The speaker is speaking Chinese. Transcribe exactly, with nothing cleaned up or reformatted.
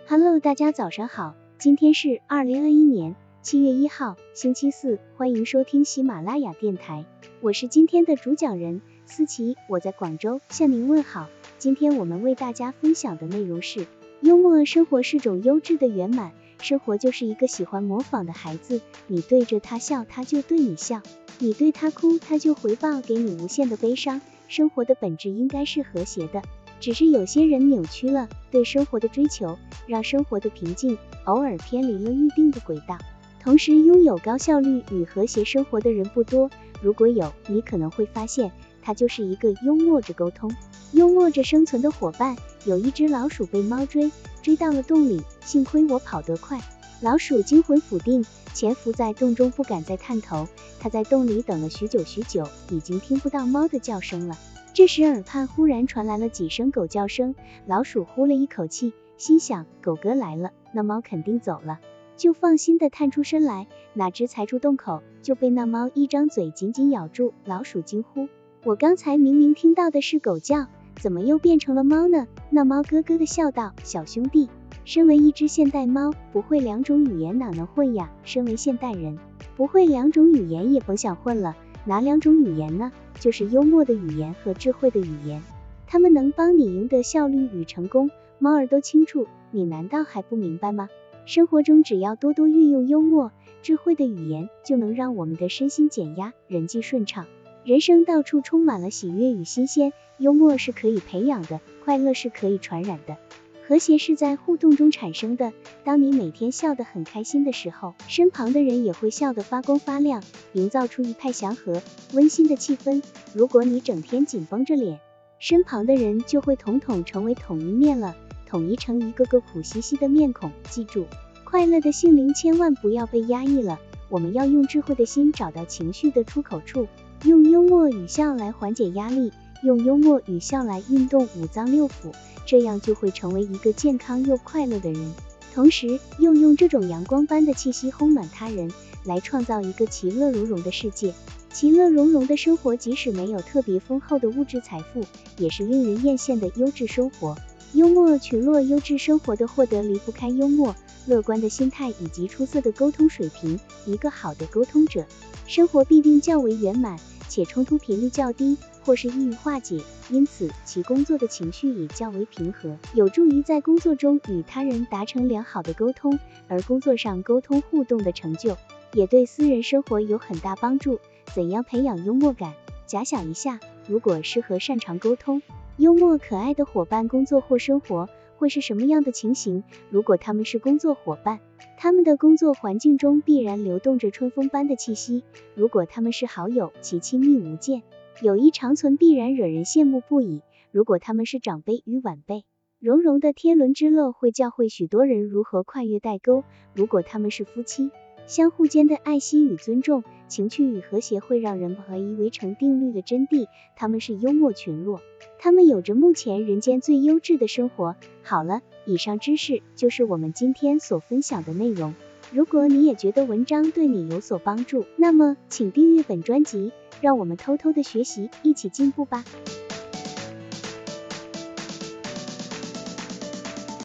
Hello， 大家早上好，今天是二零二一年七月一号，星期四，欢迎收听喜马拉雅电台，我是今天的主讲人思琪，我在广州向您问好。今天我们为大家分享的内容是，幽默生活是种优质的圆满，生活就是一个喜欢模仿的孩子，你对着他笑，他就对你笑，你对他哭，他就回报给你无限的悲伤。生活的本质应该是和谐的，只是有些人扭曲了对生活的追求，让生活的平静偶尔偏离了预定的轨道。同时，拥有高效率与和谐生活的人不多，如果有，你可能会发现他就是一个幽默着沟通、幽默着生存的伙伴。有一只老鼠被猫追，追到了洞里，幸亏我跑得快。老鼠惊魂甫定，潜伏在洞中不敢再探头，它在洞里等了许久许久，已经听不到猫的叫声了。这时耳畔忽然传来了几声狗叫声，老鼠呼了一口气，心想狗哥来了，那猫肯定走了，就放心的探出身来，哪知才出洞口就被那猫一张嘴紧紧咬住。老鼠惊呼，我刚才明明听到的是狗叫，怎么又变成了猫呢？那猫咯咯的笑道，小兄弟，身为一只现代猫，不会两种语言哪能混呀？身为现代人，不会两种语言也甭想混了。哪两种语言呢？就是幽默的语言和智慧的语言，它们能帮你赢得效率与成功。猫儿都清楚，你难道还不明白吗？生活中只要多多运用幽默、智慧的语言，就能让我们的身心减压，人际顺畅，人生到处充满了喜悦与新鲜。幽默是可以培养的，快乐是可以传染的，和谐是在互动中产生的。当你每天笑得很开心的时候，身旁的人也会笑得发光发亮，营造出一派祥和、温馨的气氛。如果你整天紧绷着脸，身旁的人就会统统成为统一面了，统一成一个个苦兮兮的面孔。记住，快乐的心灵千万不要被压抑了，我们要用智慧的心找到情绪的出口处，用幽默语笑来缓解压力，用幽默语笑来运动五脏六腑，这样就会成为一个健康又快乐的人，同时又用这种阳光般的气息烘暖他人，来创造一个其乐融融的世界。其乐融融的生活，即使没有特别丰厚的物质财富，也是令人艳羡的优质生活。幽默群落优质生活的获得离不开幽默、乐观的心态以及出色的沟通水平。一个好的沟通者，生活必定较为圆满，且冲突频率较低，或是易于化解，因此其工作的情绪也较为平和，有助于在工作中与他人达成良好的沟通，而工作上沟通互动的成就，也对私人生活有很大帮助。怎样培养幽默感？假想一下，如果是和擅长沟通、幽默可爱的伙伴工作或生活，会是什么样的情形？如果他们是工作伙伴，他们的工作环境中必然流动着春风般的气息；如果他们是好友，其亲密无间，友谊长存必然惹人羡慕不已；如果他们是长辈与晚辈，融融的天伦之乐会教会许多人如何跨越代沟；如果他们是夫妻，相互间的爱惜与尊重，情趣与和谐会让人合一为成定律的真谛。他们是幽默群落，他们有着目前人间最优质的生活。好了，以上知识就是我们今天所分享的内容。如果你也觉得文章对你有所帮助，那么请订阅本专辑，让我们偷偷的学习，一起进步吧。